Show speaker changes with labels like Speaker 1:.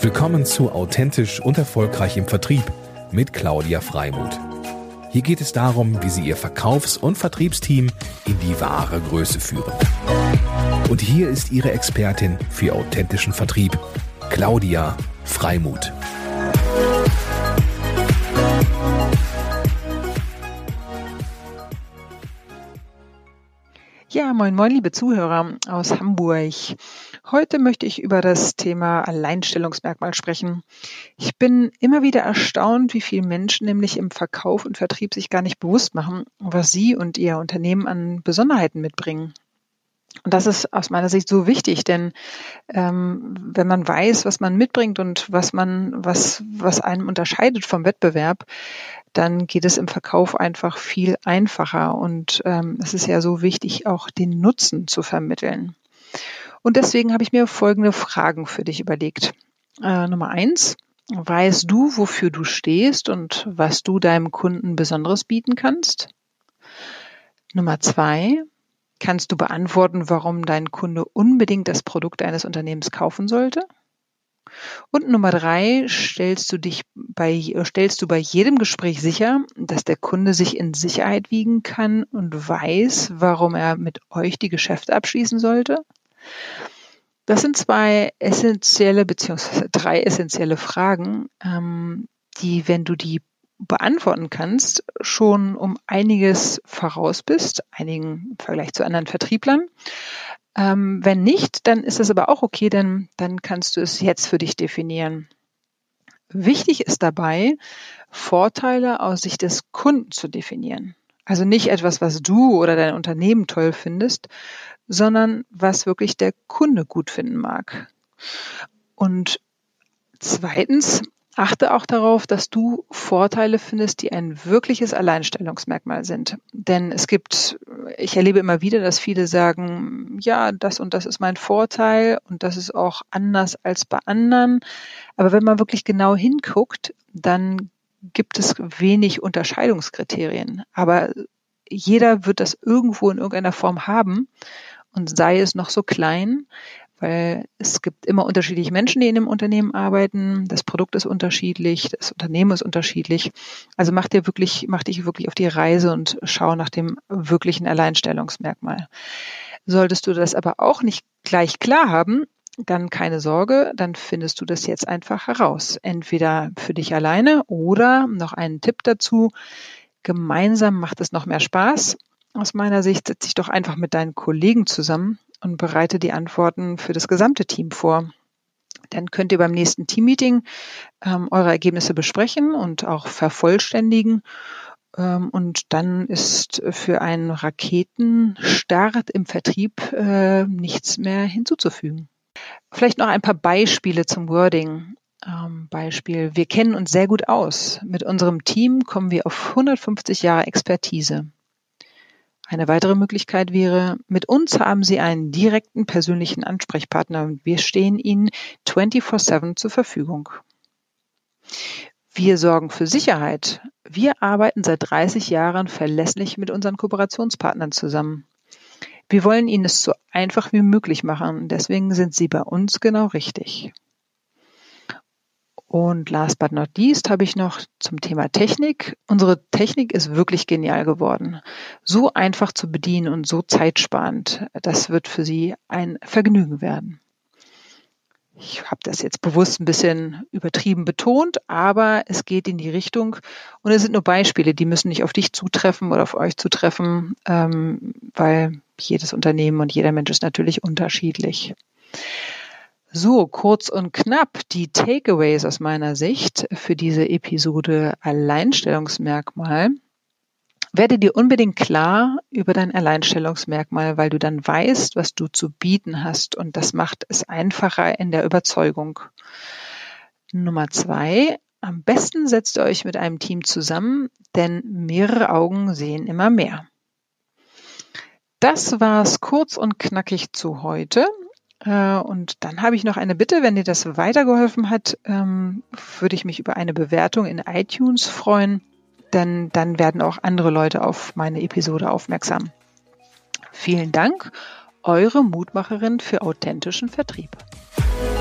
Speaker 1: Willkommen zu Authentisch und Erfolgreich im Vertrieb mit Claudia Freimuth. Hier geht es darum, wie Sie Ihr Verkaufs- und Vertriebsteam in die wahre Größe führen. Und hier ist Ihre Expertin für authentischen Vertrieb, Claudia Freimuth.
Speaker 2: Ja, moin moin, liebe Zuhörer aus Hamburg. Heute möchte ich über das Thema Alleinstellungsmerkmal sprechen. Ich bin immer wieder erstaunt, wie viele Menschen nämlich im Verkauf und Vertrieb sich gar nicht bewusst machen, was sie und ihr Unternehmen an Besonderheiten mitbringen. Und das ist aus meiner Sicht so wichtig, denn wenn man weiß, was man mitbringt und was einem unterscheidet vom Wettbewerb, dann geht es im Verkauf einfach viel einfacher. Und es ist ja so wichtig, auch den Nutzen zu vermitteln. Und deswegen habe ich mir folgende Fragen für dich überlegt. Nummer 1, weißt du, wofür du stehst und was du deinem Kunden Besonderes bieten kannst? Nummer 2, kannst du beantworten, warum dein Kunde unbedingt das Produkt eines Unternehmens kaufen sollte? Und Nummer 3, stellst du bei jedem Gespräch sicher, dass der Kunde sich in Sicherheit wiegen kann und weiß, warum er mit euch die Geschäfte abschließen sollte? Das sind 3 essentielle Fragen, die, wenn du die beantworten kannst, schon um einiges voraus bist, im Vergleich zu anderen Vertrieblern. Wenn nicht, dann ist das aber auch okay, denn dann kannst du es jetzt für dich definieren. Wichtig ist dabei, Vorteile aus Sicht des Kunden zu definieren. Also nicht etwas, was du oder dein Unternehmen toll findest, sondern was wirklich der Kunde gut finden mag. Und zweitens, achte auch darauf, dass du Vorteile findest, die ein wirkliches Alleinstellungsmerkmal sind. Denn ich erlebe immer wieder, dass viele sagen, ja, das und das ist mein Vorteil und das ist auch anders als bei anderen. Aber wenn man wirklich genau hinguckt, dann gibt es wenig Unterscheidungskriterien. Aber jeder wird das irgendwo in irgendeiner Form haben und sei es noch so klein, weil es gibt immer unterschiedliche Menschen, die in dem Unternehmen arbeiten. Das Produkt ist unterschiedlich, das Unternehmen ist unterschiedlich. Also mach dich wirklich auf die Reise und schau nach dem wirklichen Alleinstellungsmerkmal. Solltest du das aber auch nicht gleich klar haben, dann keine Sorge, dann findest du das jetzt einfach heraus. Entweder für dich alleine oder noch einen Tipp dazu. Gemeinsam macht es noch mehr Spaß. Aus meiner Sicht setz dich doch einfach mit deinen Kollegen zusammen und bereite die Antworten für das gesamte Team vor. Dann könnt ihr beim nächsten Teammeeting eure Ergebnisse besprechen und auch vervollständigen. Und dann ist für einen Raketenstart im Vertrieb nichts mehr hinzuzufügen. Vielleicht noch ein paar Beispiele zum Wording. Beispiel, wir kennen uns sehr gut aus. Mit unserem Team kommen wir auf 150 Jahre Expertise. Eine weitere Möglichkeit wäre, mit uns haben Sie einen direkten persönlichen Ansprechpartner und wir stehen Ihnen 24/7 zur Verfügung. Wir sorgen für Sicherheit. Wir arbeiten seit 30 Jahren verlässlich mit unseren Kooperationspartnern zusammen. Wir wollen Ihnen es so einfach wie möglich machen, deswegen sind Sie bei uns genau richtig. Und last but not least habe ich noch zum Thema Technik. Unsere Technik ist wirklich genial geworden. So einfach zu bedienen und so zeitsparend. Das wird für Sie ein Vergnügen werden. Ich habe das jetzt bewusst ein bisschen übertrieben betont, aber es geht in die Richtung. Und es sind nur Beispiele, die müssen nicht auf dich zutreffen oder auf euch zutreffen, weil jedes Unternehmen und jeder Mensch ist natürlich unterschiedlich. So, kurz und knapp die Takeaways aus meiner Sicht für diese Episode Alleinstellungsmerkmal. Werde dir unbedingt klar über dein Alleinstellungsmerkmal, weil du dann weißt, was du zu bieten hast und das macht es einfacher in der Überzeugung. Nummer 2, am besten setzt ihr euch mit einem Team zusammen, denn mehrere Augen sehen immer mehr. Das war's kurz und knackig zu heute. Und dann habe ich noch eine Bitte, wenn dir das weitergeholfen hat, würde ich mich über eine Bewertung in iTunes freuen, denn dann werden auch andere Leute auf meine Episode aufmerksam. Vielen Dank, eure Mutmacherin für authentischen Vertrieb.